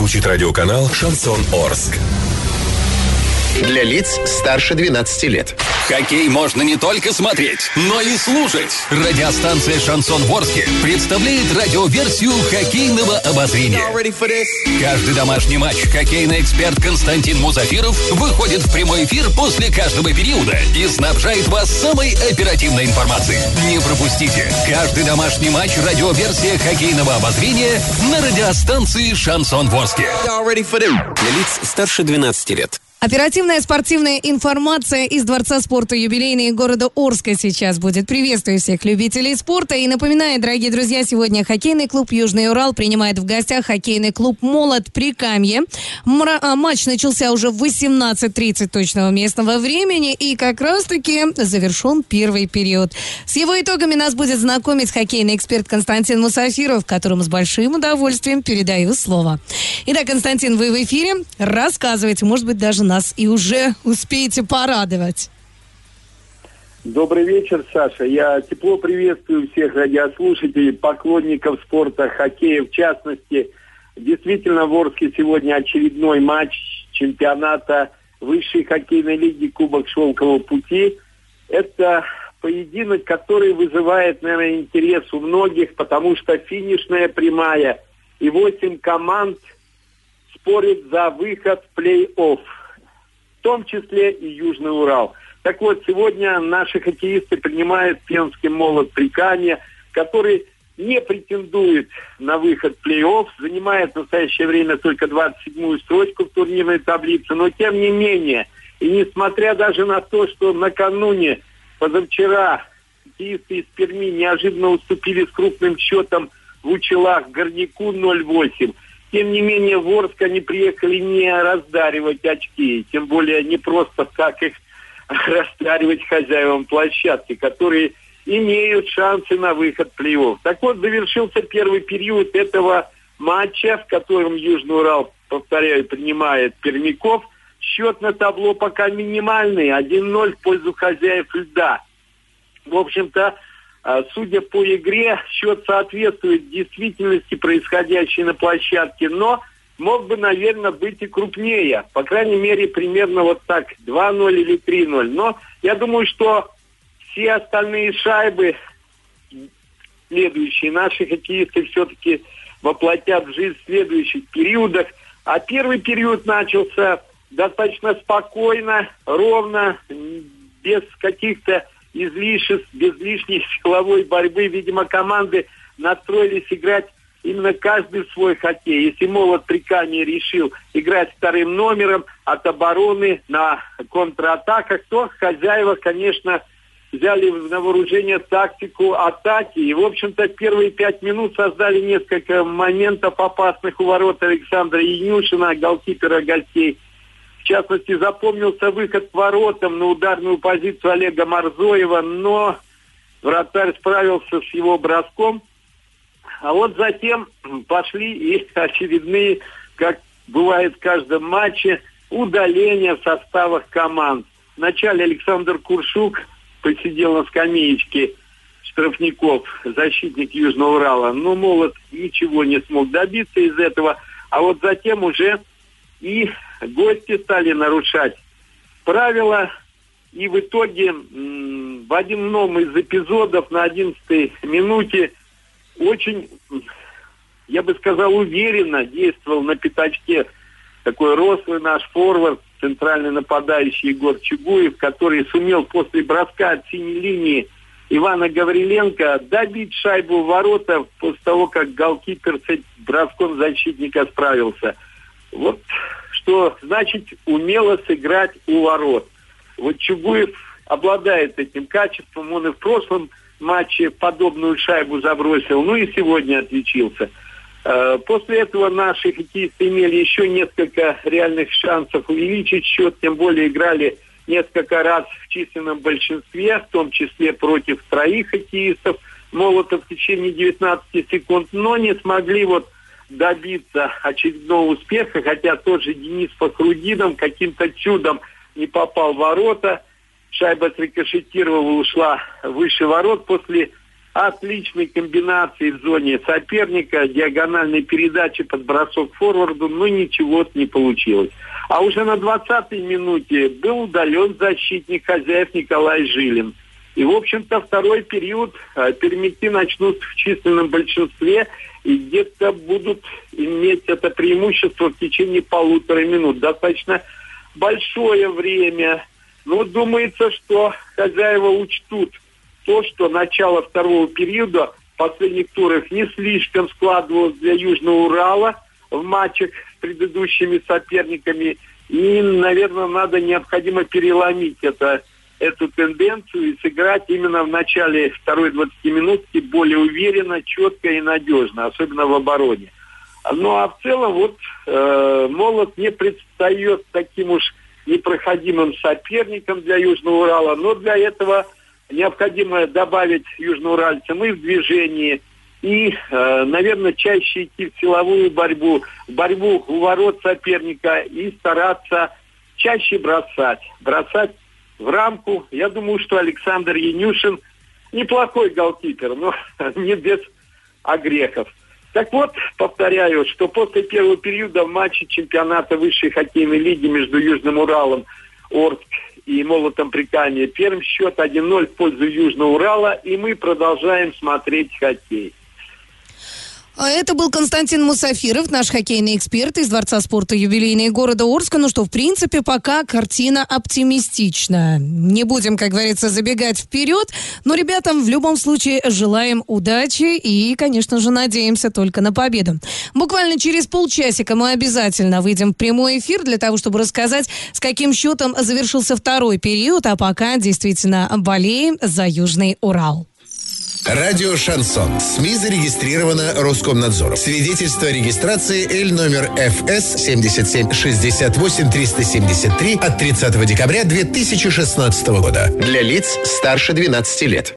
звучит радиоканал «Шансон Орск». Для лиц старше 12 лет. Хоккей можно не только смотреть, но и слушать. Радиостанция «Шансон Орске» представляет радиоверсию хоккейного обозрения. Каждый домашний матч хоккейный эксперт Константин Музафиров выходит в прямой эфир после каждого периода и снабжает вас самой оперативной информацией. Не пропустите. Каждый домашний матч радиоверсия хоккейного обозрения на радиостанции «Шансон Орске». Для лиц старше 12 лет. Оперативная спортивная информация из Дворца спорта юбилейный города Орска сейчас будет. Приветствую всех любителей спорта и напоминаю, дорогие друзья, сегодня хоккейный клуб «Южный Урал» принимает в гостях хоккейный клуб «Молот» Прикамье. Матч начался уже в 18:30 точного местного времени и как раз-таки завершен первый период. С его итогами нас будет знакомить хоккейный эксперт Константин Мусафиров, которому с большим удовольствием передаю слово. Итак, Константин, вы в эфире. Рассказывайте, может быть, даже нас и уже успеете порадовать. Добрый вечер, Саша. Я тепло приветствую всех радиослушателей, поклонников спорта, хоккея в частности. Действительно, в Орске сегодня очередной матч чемпионата высшей хоккейной лиги Кубок Шелкового пути. Это поединок, который вызывает, наверное, интерес у многих, потому что финишная прямая и 8 команд спорят за выход в плей-офф, в том числе и Южный Урал. Так вот, сегодня наши хоккеисты принимают Пенский «Молот» Прикамье, который не претендует на выход в плей-офф, занимает в настоящее время только 27-ю строчку в турнирной таблице, но тем не менее, и несмотря даже на то, что накануне, позавчера, хоккеисты из Перми неожиданно уступили с крупным счетом в Учелах Горняку 0-8, тем не менее, в Орск они приехали не раздаривать очки, тем более не просто так их раздаривать хозяевам площадки, которые имеют шансы на выход в плей-офф. Так вот, завершился первый период этого матча, в котором Южный Урал, повторяю, принимает пермяков. Счет на табло пока минимальный, 1-0 в пользу хозяев льда. В общем-то, судя по игре, счет соответствует действительности, происходящей на площадке, но мог бы, наверное, быть и крупнее. По крайней мере, примерно вот так, 2-0 или 3-0. Но я думаю, что все остальные шайбы, следующие, наши хоккеисты все-таки воплотят в жизнь в следующих периодах. А первый период начался достаточно спокойно, ровно, без каких-то излишеств, без лишней силовой борьбы. Видимо, команды настроились играть именно каждый в свой хоккей. Если «Молот» Прикамье решил играть вторым номером от обороны на контратаках, то хозяева, конечно, взяли на вооружение тактику атаки. И, в общем-то, первые 5 минут создали несколько моментов опасных у ворот Александра Янюшина, голкипера гостей. В частности, запомнился выход к воротам на ударную позицию Олега Марзоева, но вратарь справился с его броском. А вот затем пошли и очередные, как бывает в каждом матче, удаления в составах команд. Вначале Александр Куршук посидел на скамеечке штрафников, защитник Южного Урала, но «Молот» ничего не смог добиться из этого. А вот затем уже и гости стали нарушать правила, и в итоге в одном из эпизодов на 11-й минуте очень, я бы сказал, уверенно действовал на пятачке такой рослый наш форвард, центральный нападающий Егор Чугуев, который сумел после броска от синей линии Ивана Гавриленко добить шайбу в ворота после того, как голкипер с броском защитника справился. Вот что значит умело сыграть у ворот. Вот Чугуев обладает этим качеством, он и в прошлом матче подобную шайбу забросил, ну и сегодня отличился. После этого наши хоккеисты имели еще несколько реальных шансов увеличить счет, тем более играли несколько раз в численном большинстве, в том числе против 3 хоккеистов «Молота» в течение 19 секунд, но не смогли добиться очередного успеха, хотя тот же Денис Фахрудинов каким-то чудом не попал в ворота. Шайба срикошетировала, ушла выше ворот после отличной комбинации в зоне соперника, диагональной передачи под бросок форварду, но ничего не получилось. А уже на 20-й минуте был удален защитник хозяев Николай Жилин. И, в общем-то, второй период пермяки начнут в численном большинстве и где-то будут иметь это преимущество в течение 1,5 минут. Достаточно большое время. Но думается, что хозяева учтут то, что начало второго периода в последних турах не слишком складывалось для Южного Урала в матчах с предыдущими соперниками. И, наверное, необходимо переломить эту тенденцию и сыграть именно в начале второй 20-минутки более уверенно, четко и надежно, особенно в обороне. Ну а в целом Молот не предстает таким уж непроходимым соперником для Южного Урала, но для этого необходимо добавить южноуральцам и в движении, и, наверное, чаще идти в силовую борьбу у ворот соперника и стараться чаще бросать в рамку. Я думаю, что Александр Янюшин неплохой голкипер, но не без огрехов. Так вот, повторяю, что после первого периода в матче чемпионата высшей хоккейной лиги между Южным Уралом, Орск и Молотом Прикамье первым счет 1-0 в пользу Южного Урала, и мы продолжаем смотреть хоккей. Это был Константин Мусафиров, наш хоккейный эксперт из Дворца спорта юбилейный города Орска. Ну что, в принципе, пока картина оптимистична. Не будем, как говорится, забегать вперед, но ребятам в любом случае желаем удачи и, конечно же, надеемся только на победу. Буквально через полчасика мы обязательно выйдем в прямой эфир для того, чтобы рассказать, с каким счетом завершился второй период, а пока действительно болеем за Южный Урал. Радио «Шансон». СМИ зарегистрировано Роскомнадзором. Свидетельство о регистрации Л номер ФС 77-68-373 от 30 декабря 2016 года. Для лиц старше 12 лет.